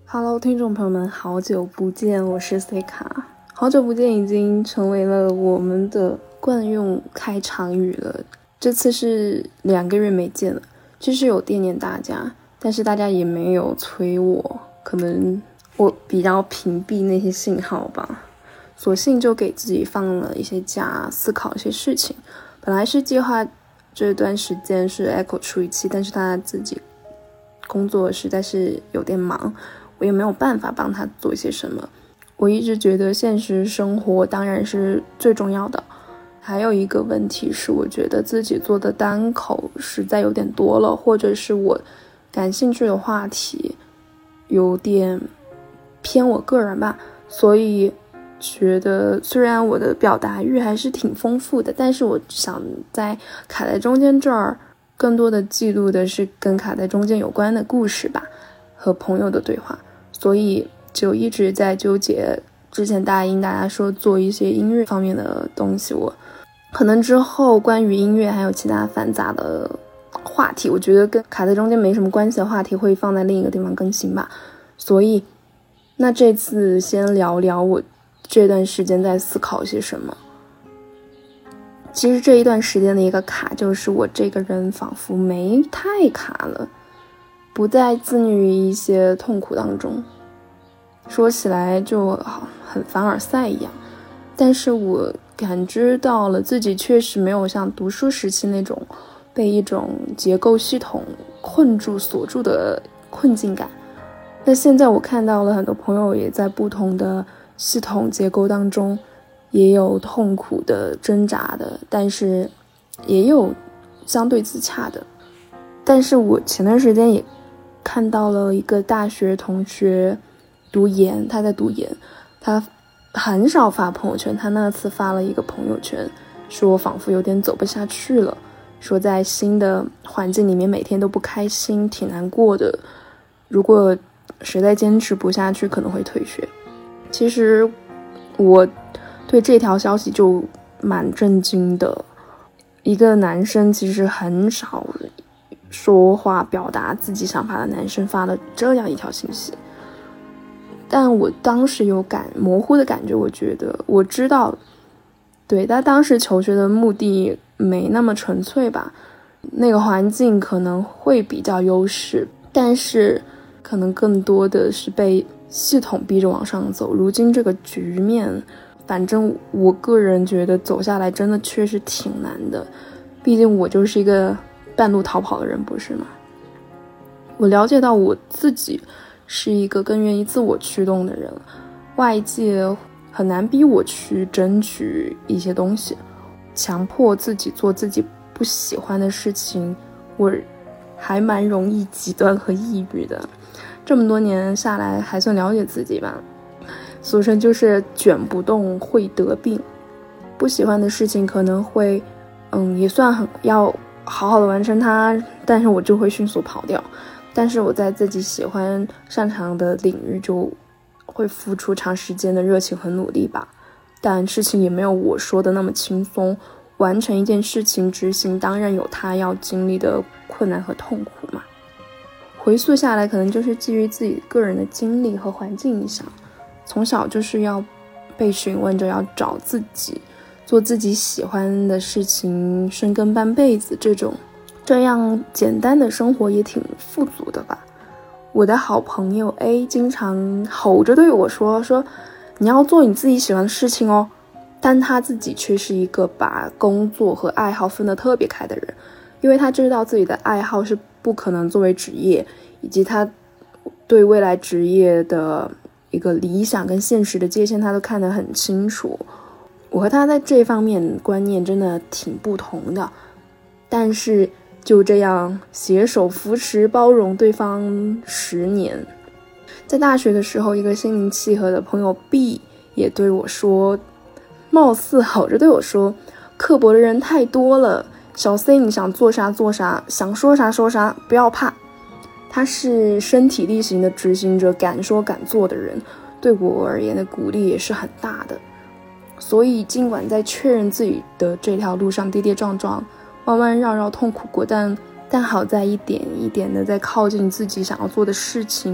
Hello， 听众朋友们，好久不见，我是 C 卡。好久不见已经成为了我们的惯用开场语了。这次是2个月没见了，其实有惦念大家，但是大家也没有催我，可能我比较屏蔽那些信号吧，索性就给自己放了一些假，思考一些事情。本来是计划这段时间是 Echo 出一期，但是他自己工作实在是有点忙，我也没有办法帮他做一些什么。我一直觉得现实生活当然是最重要的，还有一个问题是我觉得自己做的单口实在有点多了，或者是我感兴趣的话题有点偏我个人吧，所以觉得虽然我的表达欲还是挺丰富的，但是我想在卡在中间这儿更多的记录的是跟卡在中间有关的故事吧，和朋友的对话，所以就一直在纠结。之前答应大家说做一些音乐方面的东西，我可能之后关于音乐还有其他繁杂的话题，我觉得跟卡在中间没什么关系的话题会放在另一个地方更新吧。所以那这次先聊聊我这段时间在思考些什么。其实这一段时间的一个卡就是我这个人仿佛没太卡了，不再自溺于一些痛苦当中，说起来就很凡尔赛一样，但是我感知到了自己确实没有像读书时期那种被一种结构系统困住锁住的困境感。那现在我看到了很多朋友也在不同的系统结构当中，也有痛苦的挣扎的，但是也有相对自洽的。但是我前段时间也看到了一个大学同学读研，他在读研，他很少发朋友圈，他那次发了一个朋友圈，说仿佛有点走不下去了，说在新的环境里面每天都不开心，挺难过的，如果实在坚持不下去可能会退学。其实我对这条消息就蛮震惊的，一个男生其实很少说话表达自己想法的男生发了这样一条信息。但我当时有模糊的感觉，我觉得我知道，对，他当时求学的目的没那么纯粹吧，那个环境可能会比较优势，但是可能更多的是被系统逼着往上走。如今这个局面，反正我个人觉得走下来真的确实挺难的，毕竟我就是一个半路逃跑的人，不是吗？我了解到我自己是一个更愿意自我驱动的人，外界很难逼我去争取一些东西，强迫自己做自己不喜欢的事情，我还蛮容易极端和抑郁的。这么多年下来还算了解自己吧，俗称就是卷不动会得病。不喜欢的事情可能会也算要好好的完成它，但是我就会迅速跑掉。但是我在自己喜欢擅长的领域就会付出长时间的热情和努力吧，但事情也没有我说的那么轻松，完成一件事情执行当然有它要经历的困难和痛苦嘛。回溯下来可能就是基于自己个人的经历和环境影响，从小就是要被询问着要找自己，做自己喜欢的事情，深耕半辈子，这样简单的生活也挺富足的吧。我的好朋友 A 经常吼着对我说你要做你自己喜欢的事情哦，但他自己却是一个把工作和爱好分得特别开的人，因为他知道自己的爱好是不可能作为职业，以及他对未来职业的一个理想跟现实的界限他都看得很清楚。我和他在这方面观念真的挺不同的，但是就这样携手扶持包容对方10年。在大学的时候，一个心灵契合的朋友 B 也对我说，貌似吼着对我说，刻薄的人太多了，小 C 你想做啥做啥，想说啥说啥，不要怕。他是身体力行的执行者，敢说敢做的人，对我而言的鼓励也是很大的。所以尽管在确认自己的这条路上跌跌撞撞，弯弯绕绕痛苦过，但好在一点一点的在靠近自己想要做的事情，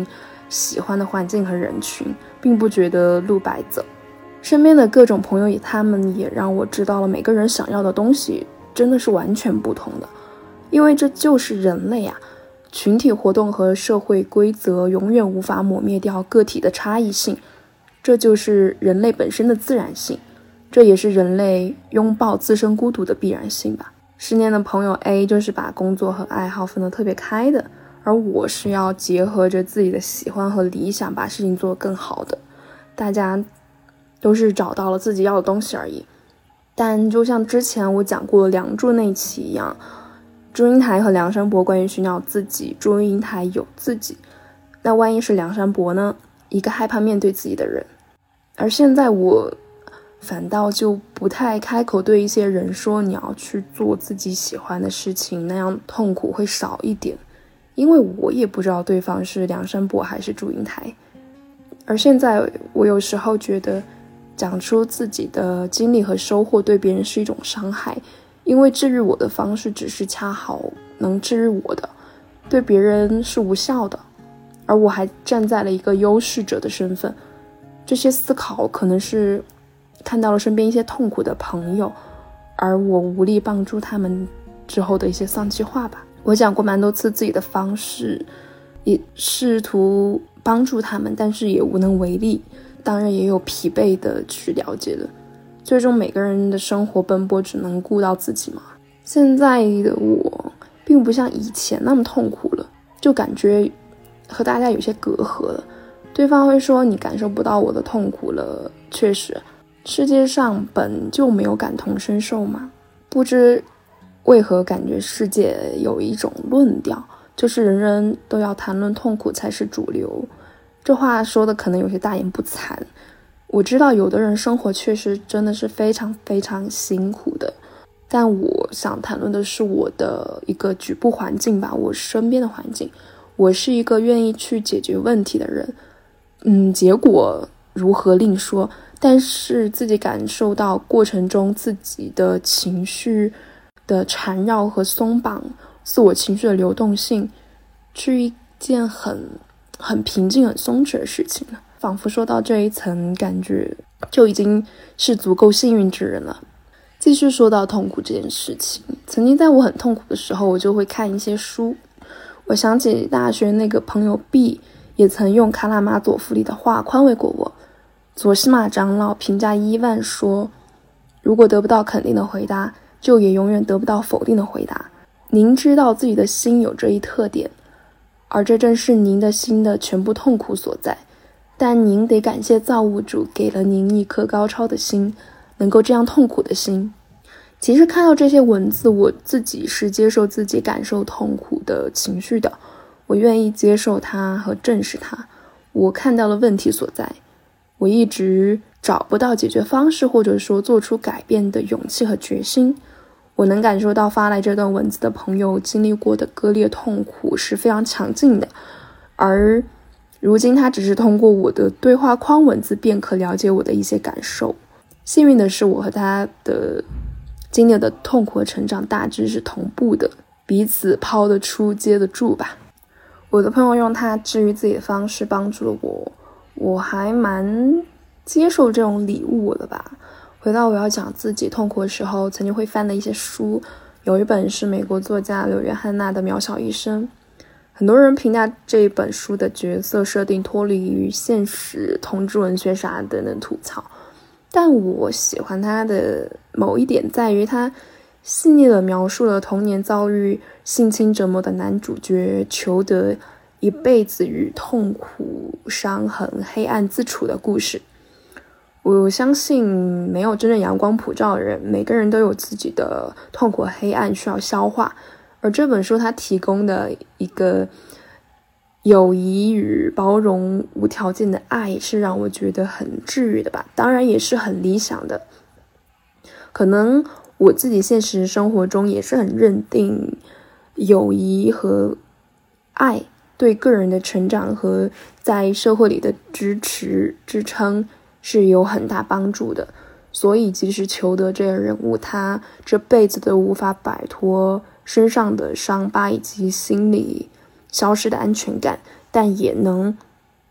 喜欢的环境和人群，并不觉得路白走。身边的各种朋友他们也让我知道了每个人想要的东西真的是完全不同的，因为这就是人类啊，群体活动和社会规则永远无法抹灭掉个体的差异性，这就是人类本身的自然性，这也是人类拥抱自身孤独的必然性吧。10年的朋友 A 就是把工作和爱好分得特别开的，而我是要结合着自己的喜欢和理想把事情做得更好的。大家都是找到了自己要的东西而已。但就像之前我讲过梁祝那期一样，祝英台和梁山伯关于寻找自己，祝英台有自己，那万一是梁山伯呢？一个害怕面对自己的人。而现在我反倒就不太开口对一些人说你要去做自己喜欢的事情，那样痛苦会少一点，因为我也不知道对方是梁山伯还是祝英台。而现在我有时候觉得讲出自己的经历和收获对别人是一种伤害，因为治愈我的方式只是恰好能治愈我的，对别人是无效的，而我还站在了一个优势者的身份。这些思考可能是看到了身边一些痛苦的朋友，而我无力帮助他们之后的一些丧气话吧。我讲过蛮多次自己的方式，也试图帮助他们，但是也无能为力，当然也有疲惫的去了解的。最终每个人的生活奔波只能顾到自己嘛。现在的我并不像以前那么痛苦了，就感觉和大家有些隔阂了。对方会说你感受不到我的痛苦了，确实世界上本就没有感同身受嘛。不知为何感觉世界有一种论调，就是人人都要谈论痛苦才是主流。这话说的可能有些大言不惭，我知道有的人生活确实真的是非常非常辛苦的，但我想谈论的是我的一个局部环境吧，我身边的环境。我是一个愿意去解决问题的人，结果如何另说，但是自己感受到过程中自己的情绪的缠绕和松绑，自我情绪的流动性，是一件很平静很松弛的事情了。仿佛说到这一层，感觉就已经是足够幸运之人了。继续说到痛苦这件事情，曾经在我很痛苦的时候，我就会看一些书。我想起大学那个朋友 B 也曾用卡拉马佐夫里的话宽慰过我。佐西玛长老评价伊万说，如果得不到肯定的回答，就也永远得不到否定的回答。您知道自己的心有这一特点，而这正是您的心的全部痛苦所在，但您得感谢造物主给了您一颗高超的心，能够这样痛苦的心。其实看到这些文字，我自己是接受自己感受痛苦的情绪的，我愿意接受它和正视它，我看到了问题所在，我一直找不到解决方式，或者说做出改变的勇气和决心。我能感受到发来这段文字的朋友经历过的割裂痛苦是非常强劲的，而如今他只是通过我的对话框文字便可了解我的一些感受。幸运的是，我和他的经历的痛苦和成长大致是同步的，彼此抛得出接得住吧。我的朋友用他治愈自己的方式帮助了我，我还蛮接受这种礼物的吧。回到我要讲自己痛苦的时候，曾经会翻的一些书，有一本是美国作家柳约翰纳的《渺小一生》。很多人评价这一本书的角色设定脱离于现实，同志文学啥等等吐槽，但我喜欢他的某一点在于他细腻地描述了童年遭遇性侵折磨的男主角裘德一辈子与痛苦、伤痕、黑暗自处的故事。我相信没有真正阳光普照的人，每个人都有自己的痛苦和黑暗需要消化，而这本书它提供的一个友谊与包容无条件的爱是让我觉得很治愈的吧，当然也是很理想的。可能我自己现实生活中也是很认定友谊和爱对个人的成长和在社会里的支持支撑是有很大帮助的，所以即使裘德这个人物他这辈子都无法摆脱身上的伤疤以及心里消失的安全感，但也能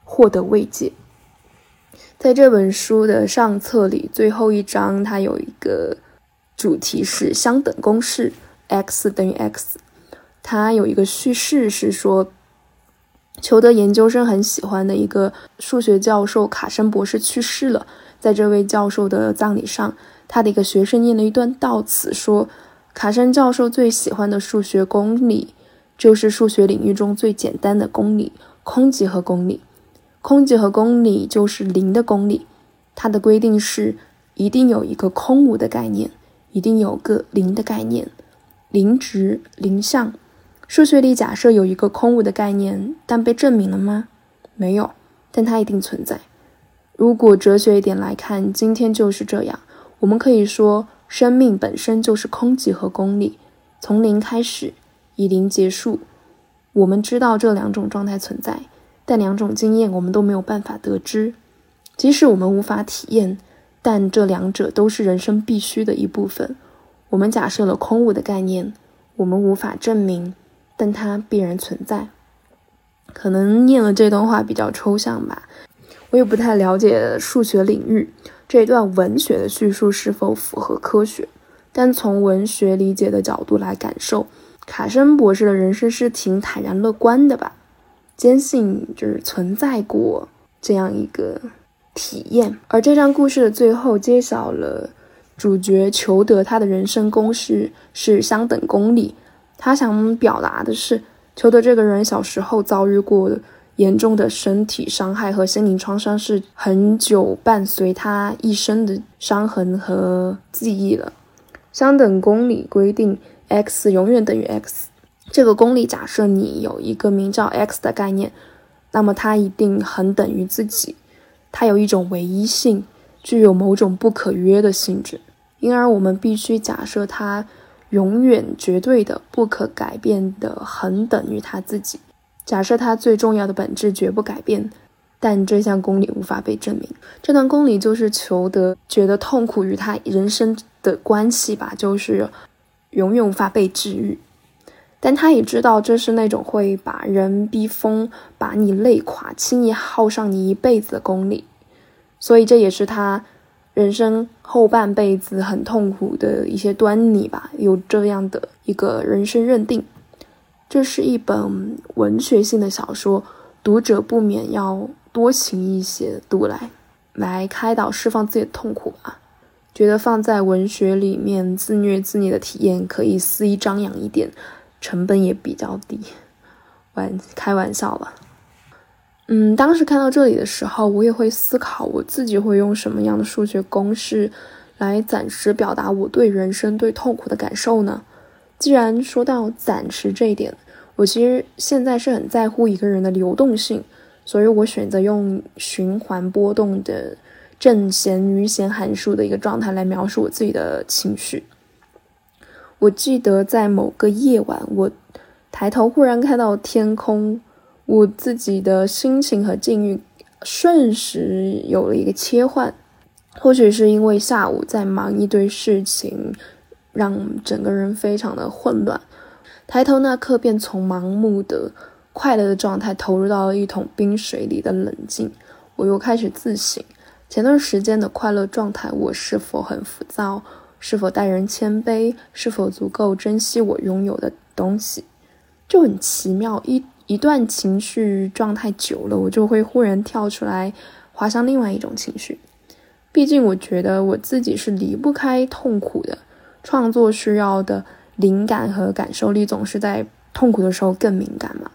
获得慰藉。在这本书的上册里，最后一章它有一个主题是相等公式 x 等于 x， 它有一个叙事是说，裘德研究生很喜欢的一个数学教授卡申博士去世了，在这位教授的葬礼上，他的一个学生念了一段悼词，说卡申教授最喜欢的数学公理就是数学领域中最简单的公理，空集合公理。空集合公理就是零的公理，它的规定是一定有一个空无的概念，一定有个零的概念，零值零项。数学里假设有一个空无的概念，但被证明了吗？没有，但它一定存在。如果哲学一点来看，今天就是这样。我们可以说，生命本身就是空集合公理，从零开始，以零结束。我们知道这两种状态存在，但两种经验我们都没有办法得知。即使我们无法体验，但这两者都是人生必须的一部分。我们假设了空无的概念，我们无法证明，但它必然存在。可能念了这段话比较抽象吧，我也不太了解数学领域，这一段文学的叙述是否符合科学，但从文学理解的角度来感受，卡申博士的人生是挺坦然乐观的吧，坚信就是存在过这样一个体验。而这张故事的最后揭晓了主角裘德他的人生公式是相等公理，他想表达的是裘德这个人小时候遭遇过严重的身体伤害和心灵创伤，是很久伴随他一生的伤痕和记忆了。相等公理规定 x 永远等于 x， 这个公理假设你有一个名叫 x 的概念，那么它一定很等于自己，它有一种唯一性，具有某种不可约的性质，因而我们必须假设它永远绝对的不可改变的很等于它自己，假设它最重要的本质绝不改变，但这项公理无法被证明。这段公理就是裘德觉得痛苦与他人生的关系吧，就是永远无法被治愈。但他也知道这是那种会把人逼疯，把你累垮，轻易耗上你一辈子的公理，所以这也是他人生后半辈子很痛苦的一些端倪吧，有这样的一个人生认定。这是一本文学性的小说，读者不免要多情一些读来开导释放自己的痛苦吧。觉得放在文学里面自虐自溺的体验可以肆意张扬一点，成本也比较低，开玩笑了。当时看到这里的时候，我也会思考我自己会用什么样的数学公式来暂时表达我对人生对痛苦的感受呢？既然说到暂时这一点，我其实现在是很在乎一个人的流动性，所以我选择用循环波动的正弦余弦函数的一个状态来描述我自己的情绪。我记得在某个夜晚，我抬头忽然看到天空，我自己的心情和境遇瞬时有了一个切换。或许是因为下午在忙一堆事情，让整个人非常的混乱，抬头那刻便从盲目的快乐的状态投入到了一桶冰水里的冷静。我又开始自省，前段时间的快乐状态我是否很浮躁，是否待人谦卑，是否足够珍惜我拥有的东西。就很奇妙，一段情绪状态久了，我就会忽然跳出来滑向另外一种情绪。毕竟我觉得我自己是离不开痛苦的，创作需要的灵感和感受力总是在痛苦的时候更敏感嘛。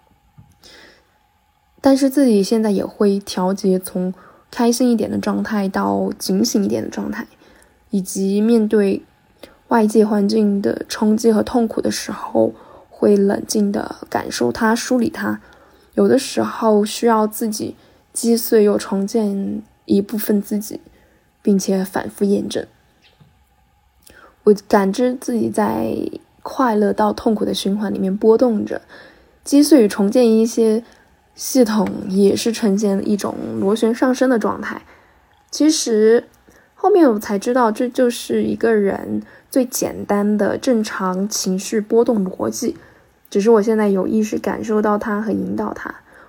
但是自己现在也会调节从开心一点的状态到警醒一点的状态，以及面对外界环境的冲击和痛苦的时候，会冷静的感受它，梳理它。有的时候需要自己击碎又重建一部分自己，并且反复验证。我感知自己在快乐到痛苦的循环里面波动着，击碎与重建一些系统也是呈现一种螺旋上升的状态。其实后面我才知道，这就是一个人最简单的正常情绪波动逻辑，只是我现在有意识感受到它和引导它。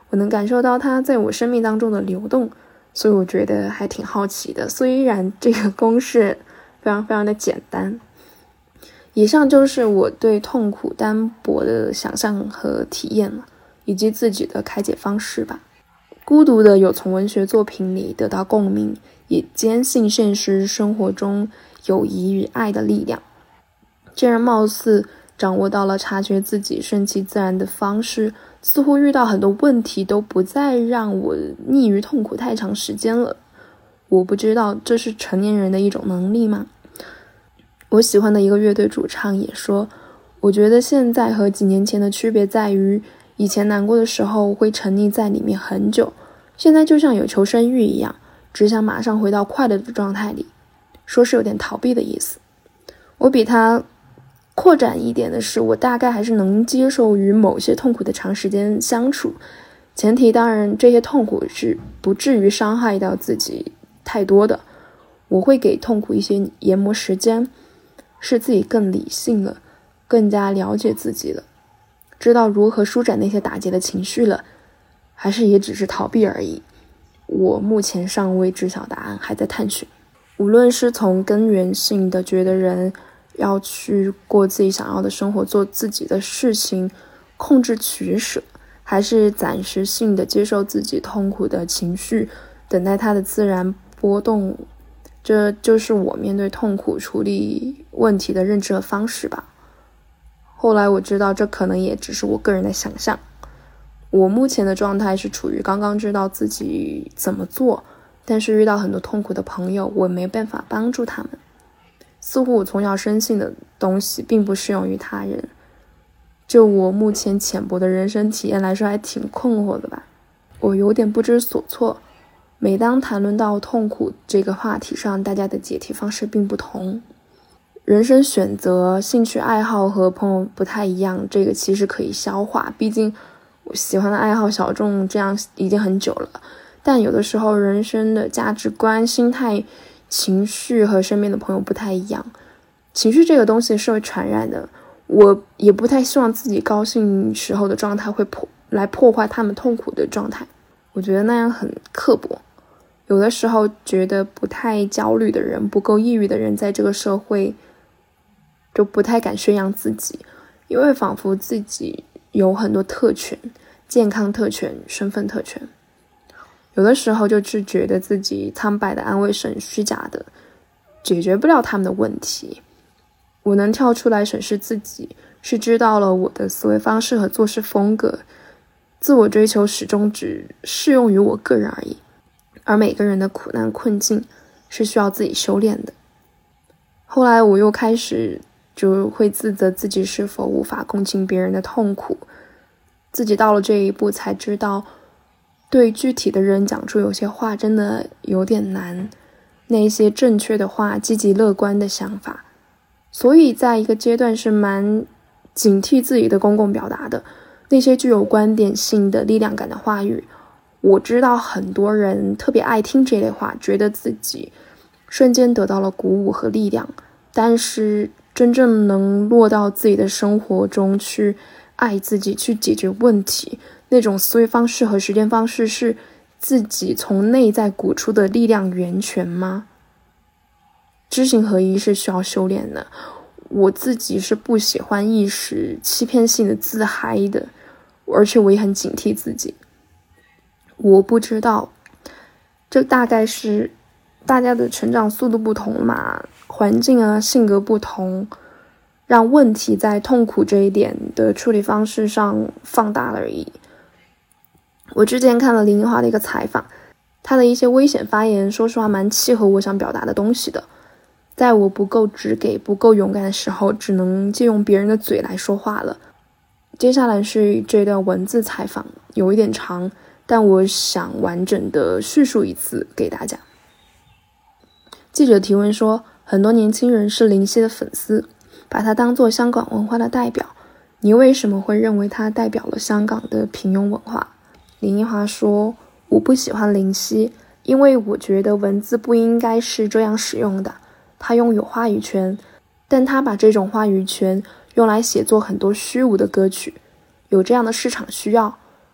我能感受到它在我生命当中的流动，所以我觉得还挺好奇的。虽然这个公式非常非常的简单。以上就是我对痛苦单薄的想象和体验了，以及自己的开解方式吧。孤独的有从文学作品里得到共鸣，也坚信现实生活中友谊与爱的力量。这人貌似掌握到了察觉自己顺其自然的方式，似乎遇到很多问题都不再让我溺于痛苦太长时间了。我不知道这是成年人的一种能力吗？我喜欢的一个乐队主唱也说，我觉得现在和几年前的区别在于，以前难过的时候会沉溺在里面很久，现在就像有求生欲一样，只想马上回到快乐的状态里，说是有点逃避的意思。我比他扩展一点的是，我大概还是能接受与某些痛苦的长时间相处，前提当然这些痛苦是不至于伤害到自己太多的。我会给痛苦一些研磨时间，是自己更理性了，更加了解自己了，知道如何舒展那些打击的情绪了，还是也只是逃避而已。我目前尚未知晓答案，还在探寻。无论是从根源性的觉得人要去过自己想要的生活，做自己的事情，控制取舍，还是暂时性的接受自己痛苦的情绪，等待它的自然波动，这就是我面对痛苦处理问题的认知和方式吧。后来我知道这可能也只是我个人的想象。我目前的状态是处于刚刚知道自己怎么做，但是遇到很多痛苦的朋友，我没办法帮助他们。似乎我从小深信的东西并不适用于他人，就我目前浅薄的人生体验来说，还挺困惑的吧。我有点不知所措。每当谈论到痛苦这个话题上，大家的解题方式并不同。人生选择、兴趣爱好和朋友不太一样，这个其实可以消化，毕竟我喜欢的爱好小众，这样已经很久了。但有的时候人生的价值观、心态、情绪和身边的朋友不太一样。情绪这个东西是会传染的，我也不太希望自己高兴时候的状态会来破坏他们痛苦的状态，我觉得那样很刻薄。有的时候觉得不太焦虑的人、不够抑郁的人，在这个社会就不太敢宣扬自己，因为仿佛自己有很多特权，健康特权、身份特权。有的时候就是觉得自己苍白的安慰是很虚假的，解决不了他们的问题。我能跳出来审视自己，是知道了我的思维方式和做事风格，自我追求始终只适用于我个人而已，而每个人的苦难困境是需要自己修炼的。后来我又开始就会自责自己是否无法共情别人的痛苦，自己到了这一步才知道，对具体的人讲出有些话真的有点难，那些正确的话、积极乐观的想法，所以在一个阶段是蛮警惕自己的公共表达的。那些具有观点性的力量感的话语，我知道很多人特别爱听这类话，觉得自己瞬间得到了鼓舞和力量，但是真正能落到自己的生活中去爱自己、去解决问题，那种思维方式和实践方式是自己从内在鼓出的力量源泉吗？知行合一是需要修炼的。我自己是不喜欢一时欺骗性的自嗨的，而且我也很警惕自己。我不知道，这大概是大家的成长速度不同嘛，环境啊、性格不同，让问题在痛苦这一点的处理方式上放大了而已。我之前看了林奕华的一个采访，他的一些危险发言，说实话蛮契合我想表达的东西的。在我不够直给、不够勇敢的时候，只能借用别人的嘴来说话了。接下来是这段文字采访，有一点长，但我想完整的叙述一次给大家。记者提问说，很多年轻人是林夕的粉丝，把他当作香港文化的代表，你为什么会认为他代表了香港的平庸文化？林奕华说，我不喜欢林夕，因为我觉得文字不应该是这样使用的，他拥有话语权，但他把这种话语权用来写作很多虚无的歌曲，有这样的市场需要，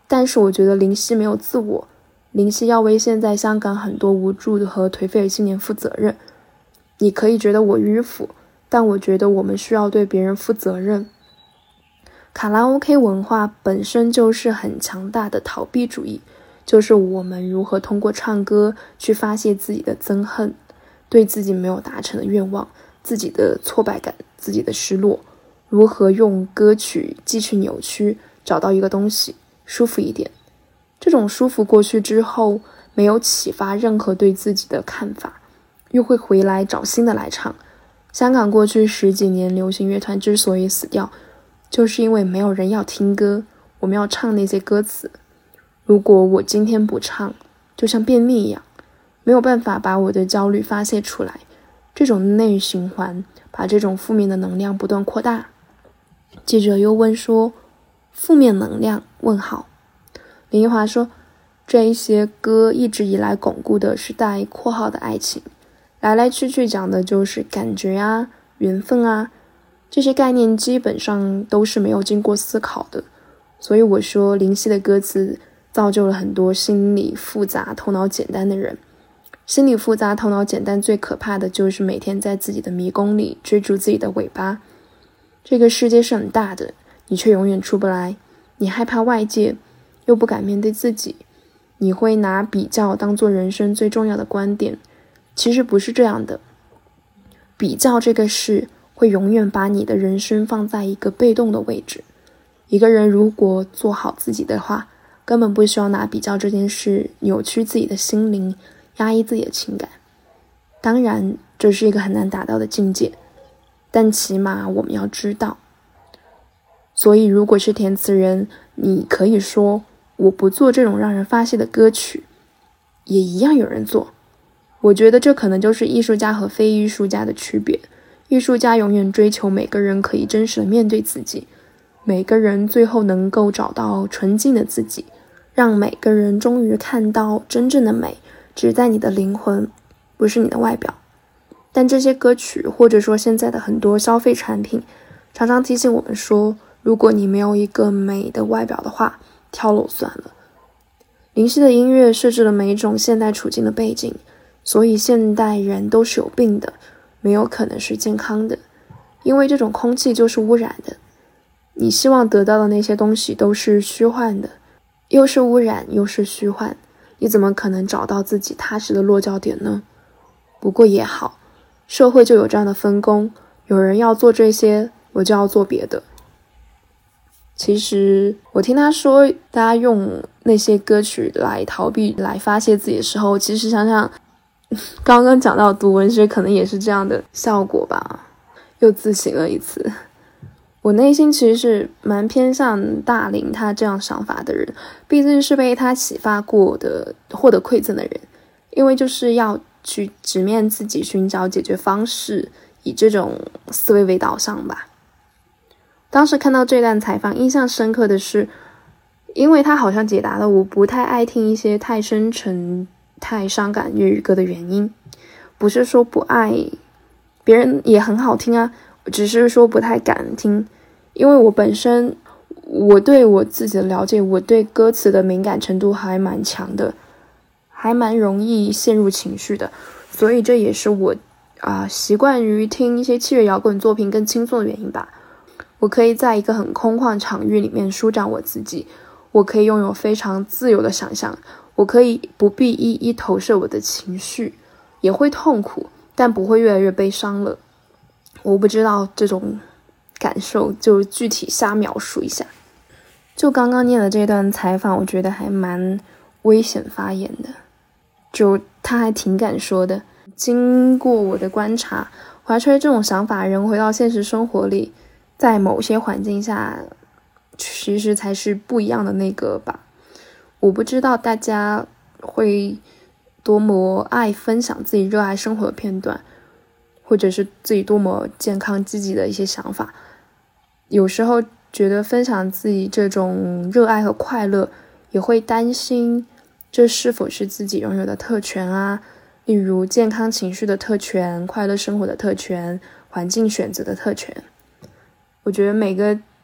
但是我觉得林夕没有自我，林夕要为现在香港很多无助和颓废的青年负责任。你可以觉得我迂腐，但我觉得我们需要对别人负责任。卡拉 OK 文化本身就是很强大的逃避主义，就是我们如何通过唱歌去发泄自己的憎恨，对自己没有达成的愿望，自己的挫败感，自己的失落，如何用歌曲继续扭曲，找到一个东西舒服一点。这种舒服过去之后，没有启发任何对自己的看法，又会回来找新的来唱。香港过去10几年流行乐团之所以死掉，就是因为没有人要听歌，我们要唱那些歌词。如果我今天不唱，就像便秘一样，没有办法把我的焦虑发泄出来，这种内循环把这种负面的能量不断扩大。记者又问说，负面能量？问号。林奕华说，这一些歌一直以来巩固的是带括号的爱情，来来去去讲的就是感觉啊，缘分啊，这些概念基本上都是没有经过思考的。所以我说林夕的歌词造就了很多心理复杂头脑简单的人。心理复杂头脑简单最可怕的就是每天在自己的迷宫里追逐自己的尾巴。这个世界是很大的，你却永远出不来，你害怕外界，又不敢面对自己，你会拿比较当做人生最重要的观点。其实不是这样的，比较这个事会永远把你的人生放在一个被动的位置。一个人如果做好自己的话，根本不需要拿比较这件事扭曲自己的心灵，压抑自己的情感。当然这是一个很难达到的境界，但起码我们要知道。所以如果是填词人，你可以说我不做这种让人发泄的歌曲，也一样有人做。我觉得这可能就是艺术家和非艺术家的区别。艺术家永远追求每个人可以真实的面对自己，每个人最后能够找到纯净的自己，让每个人终于看到真正的美只在你的灵魂，不是你的外表。但这些歌曲或者说现在的很多消费产品常常提醒我们说，如果你没有一个美的外表的话，跳楼算了。林夕的音乐设置了每一种现代处境的背景，所以现代人都是有病的，没有可能是健康的，因为这种空气就是污染的。你希望得到的那些东西都是虚幻的，又是污染又是虚幻，你怎么可能找到自己踏实的落脚点呢？不过也好，社会就有这样的分工，有人要做这些，我就要做别的。其实我听他说大家用那些歌曲来逃避来发泄自己的时候，其实想想刚刚讲到读文学可能也是这样的效果吧，又自省了一次。我内心其实是蛮偏向大林他这样想法的人，毕竟是被他启发过的获得馈赠的人，因为就是要去直面自己，寻找解决方式，以这种思维为导向吧。当时看到这段采访，印象深刻的是，因为他好像解答了我不太爱听一些太深沉、太伤感粤语歌的原因。不是说不爱，别人也很好听啊，只是说不太敢听。因为我本身，我对我自己的了解，我对歌词的敏感程度还蛮强的，还蛮容易陷入情绪的，所以这也是我习惯于听一些器乐摇滚作品更轻松的原因吧。我可以在一个很空旷场域里面舒展我自己，我可以拥有非常自由的想象，我可以不必一一投射我的情绪，也会痛苦，但不会越来越悲伤了。我不知道这种感受，就具体瞎描述一下。就刚刚念的这段采访，我觉得还蛮危险发言的，就他还挺敢说的。经过我的观察，怀揣这种想法的人回到现实生活里，在某些环境下其实才是不一样的那个吧。我不知道大家会多么爱分享自己热爱生活的片段，或者是自己多么健康积极的一些想法。有时候觉得分享自己这种热爱和快乐，也会担心这是否是自己拥有的特权啊，例如健康情绪的特权、快乐生活的特权、环境选择的特权。我觉得每个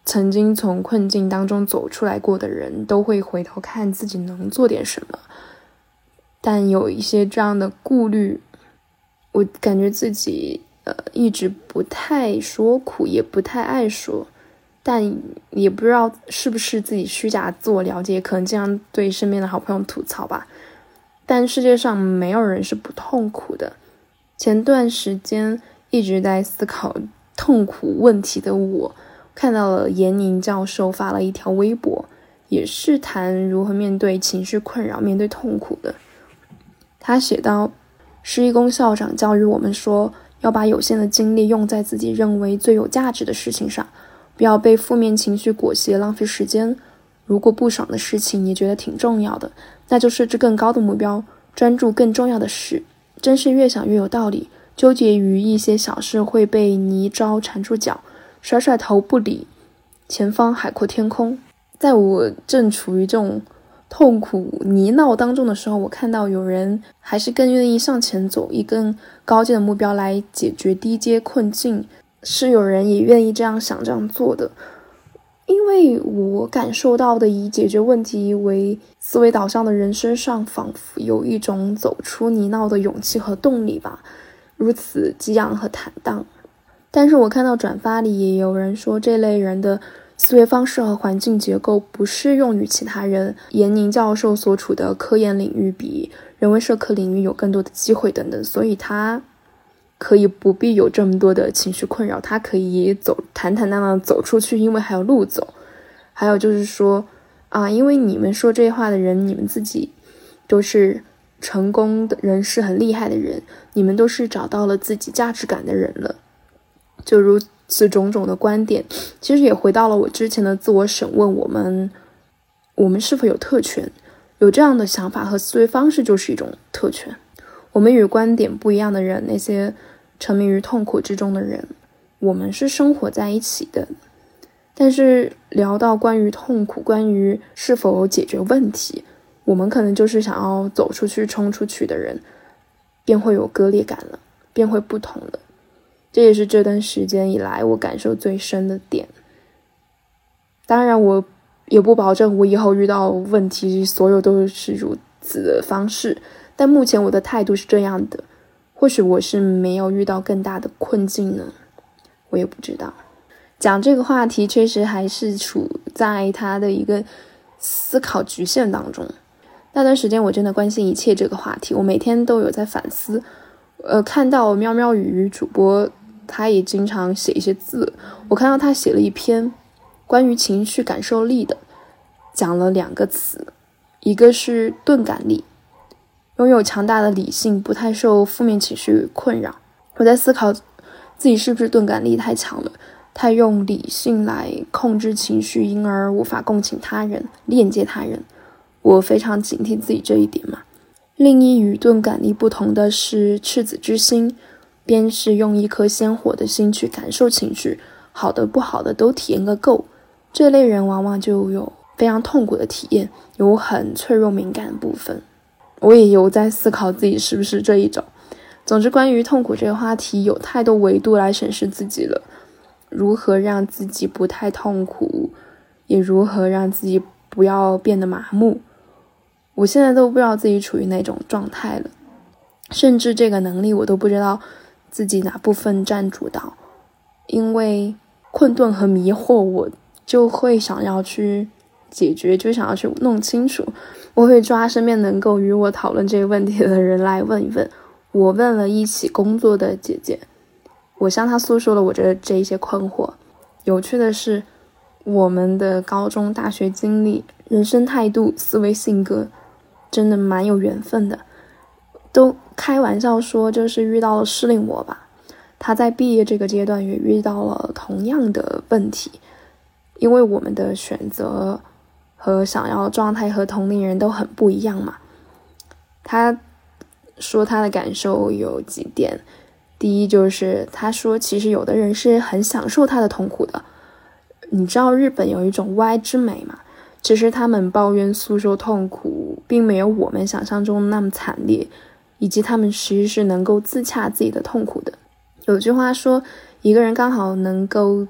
曾经从困境当中走出来过的人都会回头看自己能做点什么，但有一些这样的顾虑，我感觉自己一直不太说苦，也不太爱说，但也不知道是不是自己虚假自我了解，可能这样对身边的好朋友吐槽吧。但世界上没有人是不痛苦的。前段时间一直在思考痛苦问题的我，看到了严宁教授发了一条微博，也是谈如何面对情绪困扰，面对痛苦的。他写道，施一公校长教育我们说，要把有限的精力用在自己认为最有价值的事情上，不要被负面情绪裹挟浪费时间。如果不爽的事情也觉得挺重要的，那就设置更高的目标，专注更重要的事。真是越想越有道理，纠结于一些小事会被泥沼缠住脚，甩甩头不理，前方海阔天空。在我正处于这种痛苦泥淖当中的时候，我看到有人还是更愿意向前走，以更高阶的目标来解决低阶困境，是有人也愿意这样想这样做的。因为我感受到的以解决问题为思维导向的人身上，仿佛有一种走出泥淖的勇气和动力吧，如此激昂和坦荡。但是我看到转发里也有人说，这类人的思维方式和环境结构不适用于其他人，严宁教授所处的科研领域比人文社科领域有更多的机会等等，所以他可以不必有这么多的情绪困扰，他可以坦坦荡荡走出去，因为还有路走。还有就是说因为你们说这话的人，你们自己都是成功的人士，很厉害的人，你们都是找到了自己价值感的人了。就如此种种的观点，其实也回到了我之前的自我审问，我们是否有特权？有这样的想法和思维方式就是一种特权。我们与观点不一样的人，那些沉迷于痛苦之中的人，我们是生活在一起的。但是聊到关于痛苦，关于是否解决问题，我们可能就是想要走出去冲出去的人，便会有割裂感了，便会不同了。这也是这段时间以来我感受最深的点。当然我也不保证我以后遇到问题所有都是如此的方式，但目前我的态度是这样的。或许我是没有遇到更大的困境呢，我也不知道。讲这个话题确实还是处在他的一个思考局限当中。那段时间我真的关心一切这个话题，我每天都有在反思。看到喵喵语主播他也经常写一些字，我看到他写了一篇关于情绪感受力的，讲了2个词，一个是钝感力，拥有强大的理性，不太受负面情绪困扰。我在思考自己是不是钝感力太强了，太用理性来控制情绪，因而无法共情他人，链接他人。我非常警惕自己这一点嘛。另一与钝感力不同的是赤子之心，便是用一颗鲜活的心去感受情绪，好的不好的都体验个够。这类人往往就有非常痛苦的体验，有很脆弱敏感的部分。我也有在思考自己是不是这一种。总之，关于痛苦这个话题，有太多维度来审视自己了。如何让自己不太痛苦，也如何让自己不要变得麻木。我现在都不知道自己处于哪种状态了，甚至这个能力我都不知道自己哪部分占主导。因为困顿和迷惑，我就会想要去解决，就想要去弄清楚。我会抓身边能够与我讨论这个问题的人来问一问。我问了一起工作的姐姐，我向她诉说了我这一些困惑。有趣的是，我们的高中大学经历、人生态度、思维性格真的蛮有缘分的。都开玩笑说就是遇到了适龄我吧。他在毕业这个阶段也遇到了同样的问题，因为我们的选择和想要状态和同龄人都很不一样嘛。他说他的感受有几点，第一就是他说其实有的人是很享受他的痛苦的。你知道日本有一种歪之美嘛，其实他们抱怨诉说痛苦并没有我们想象中那么惨烈，以及他们其实是能够自洽自己的痛苦的。有句话说，一个人刚好能够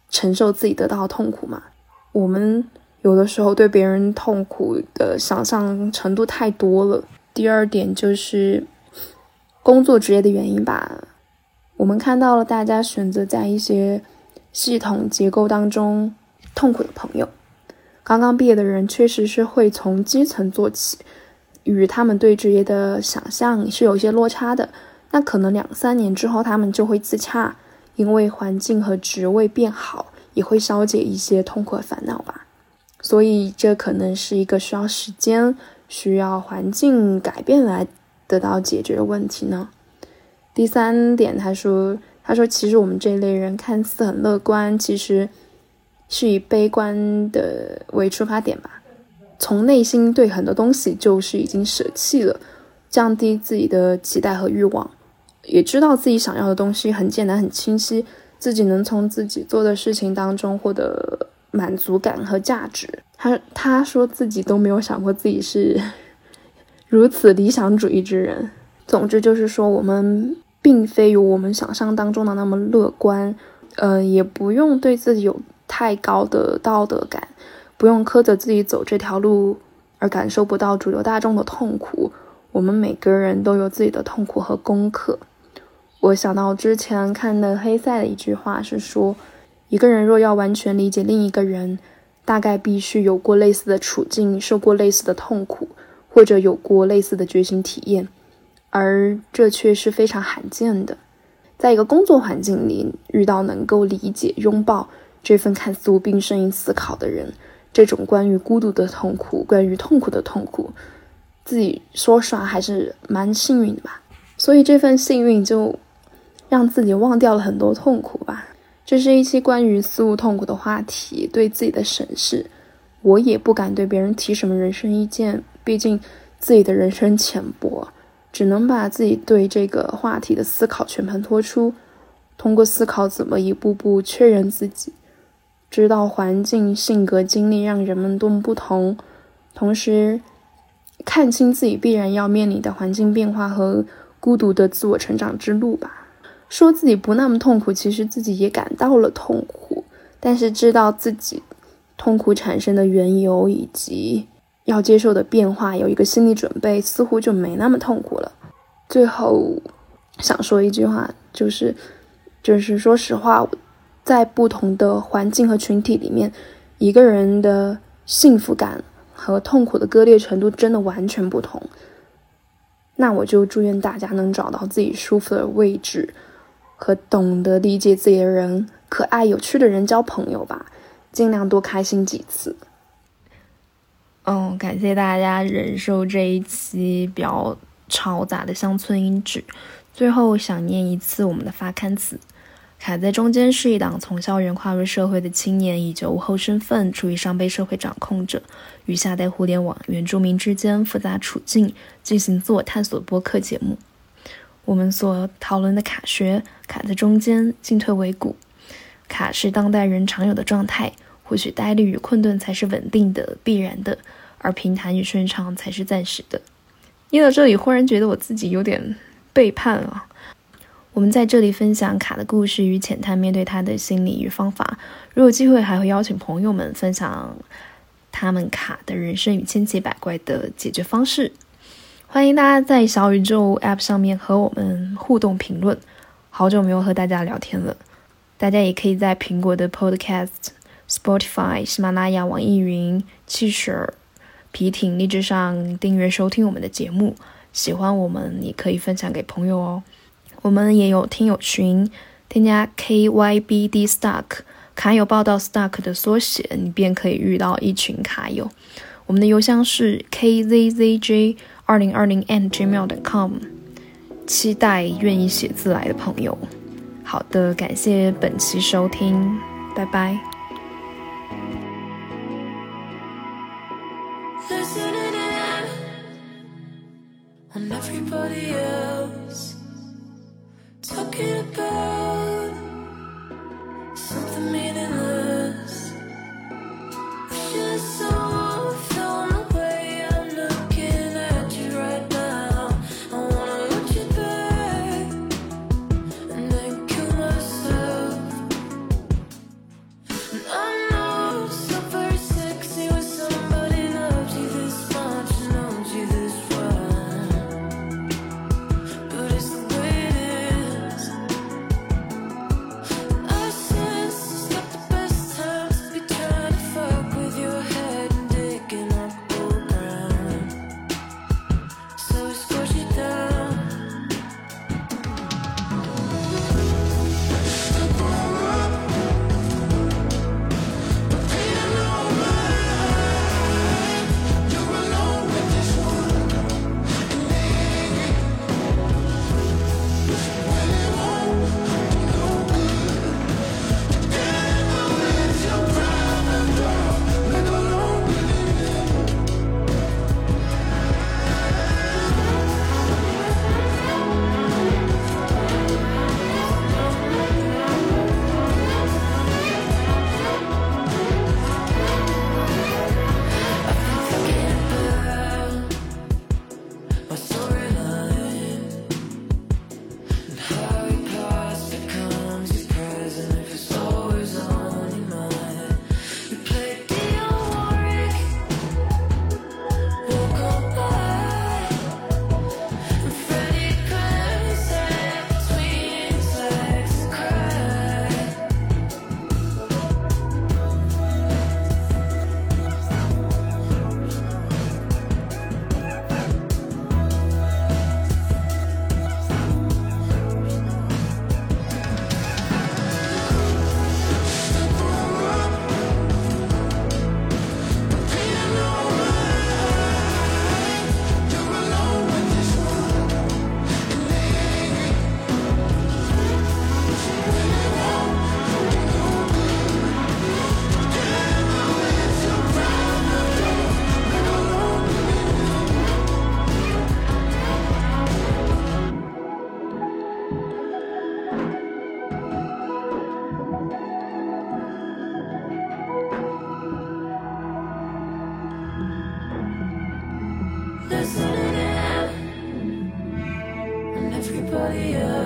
承受自己得到的痛苦嘛。我们有的时候对别人痛苦的想象程度太多了。第二点就是工作职业的原因吧，我们看到了大家选择在一些系统结构当中痛苦的朋友，刚刚毕业的人确实是会从基层做起，与他们对职业的想象是有一些落差的，那可能2-3年之后他们就会自洽，因为环境和职位变好，也会消解一些痛苦和烦恼吧。所以这可能是一个需要时间、需要环境改变来得到解决的问题呢。第3点，他说其实我们这类人看似很乐观，其实是以悲观的为出发点吧，从内心对很多东西就是已经舍弃了，降低自己的期待和欲望，也知道自己想要的东西很简单很清晰，自己能从自己做的事情当中获得满足感和价值。他说自己都没有想过自己是如此理想主义之人。总之就是说，我们并非有我们想象当中的那么乐观，也不用对自己有太高的道德感，不用苛责自己走这条路而感受不到主流大众的痛苦。我们每个人都有自己的痛苦和功课。我想到之前看的黑塞的一句话是说，一个人若要完全理解另一个人，大概必须有过类似的处境，受过类似的痛苦，或者有过类似的觉醒体验，而这却是非常罕见的。在一个工作环境里遇到能够理解、拥抱这份看似无病呻吟思考的人，这种关于孤独的痛苦，关于痛苦的痛苦，自己说实话还是蛮幸运的吧。所以这份幸运就让自己忘掉了很多痛苦吧。这是一期关于思路痛苦的话题，对自己的审视。我也不敢对别人提什么人生意见，毕竟自己的人生浅薄，只能把自己对这个话题的思考全盘托出，通过思考怎么一步步确认自己，知道环境、性格、经历让人们多么不同，同时看清自己必然要面临的环境变化和孤独的自我成长之路吧。说自己不那么痛苦，其实自己也感到了痛苦，但是知道自己痛苦产生的缘由以及要接受的变化，有一个心理准备，似乎就没那么痛苦了。最后想说一句话，就是说实话，在不同的环境和群体里面，一个人的幸福感和痛苦的割裂程度真的完全不同。那我就祝愿大家能找到自己舒服的位置，和懂得理解自己的人，可爱有趣的人交朋友吧，尽量多开心几次。感谢大家忍受这一期比较嘈杂的乡村音质。最后想念一次我们的发刊词。卡在中间是一档从校园跨入社会的青年，以95后身份处于上被社会掌控者与下代互联网原住民之间复杂处境进行自我探索的播客节目。我们所讨论的卡学，卡在中间，进退维谷。卡是当代人常有的状态，或许呆立与困顿才是稳定的、必然的，而平坦与顺畅才是暂时的。念到这里，忽然觉得我自己有点背叛了。我们在这里分享卡的故事与浅谈面对他的心理与方法，如有机会还会邀请朋友们分享他们卡的人生与千奇百怪的解决方式。欢迎大家在小宇宙 App 上面和我们互动评论，好久没有和大家聊天了。大家也可以在苹果的 Podcast、Spotify、喜马拉雅、网易云、汽水、皮艇、荔枝上订阅收听我们的节目。喜欢我们也可以分享给朋友哦。我们也有听友群，添加 KYBD Stock， 卡友报道 Stock 的缩写，你便可以遇到一群卡友。我们的邮箱是 kzzj2020@gmail.com， 期待愿意写字来的朋友。好的，感谢本期收听，拜拜。 And everybody else talking about something meaningless. Wishing someone fell away. I'm looking at you right now. I wanna watch you back and then kill myself. storyline and how your past becomes your present if it's always on your mind. We played Dionne Warwick, walk on by, and Freddie Glenn sat between his legs and cried. Listening in, and everybody else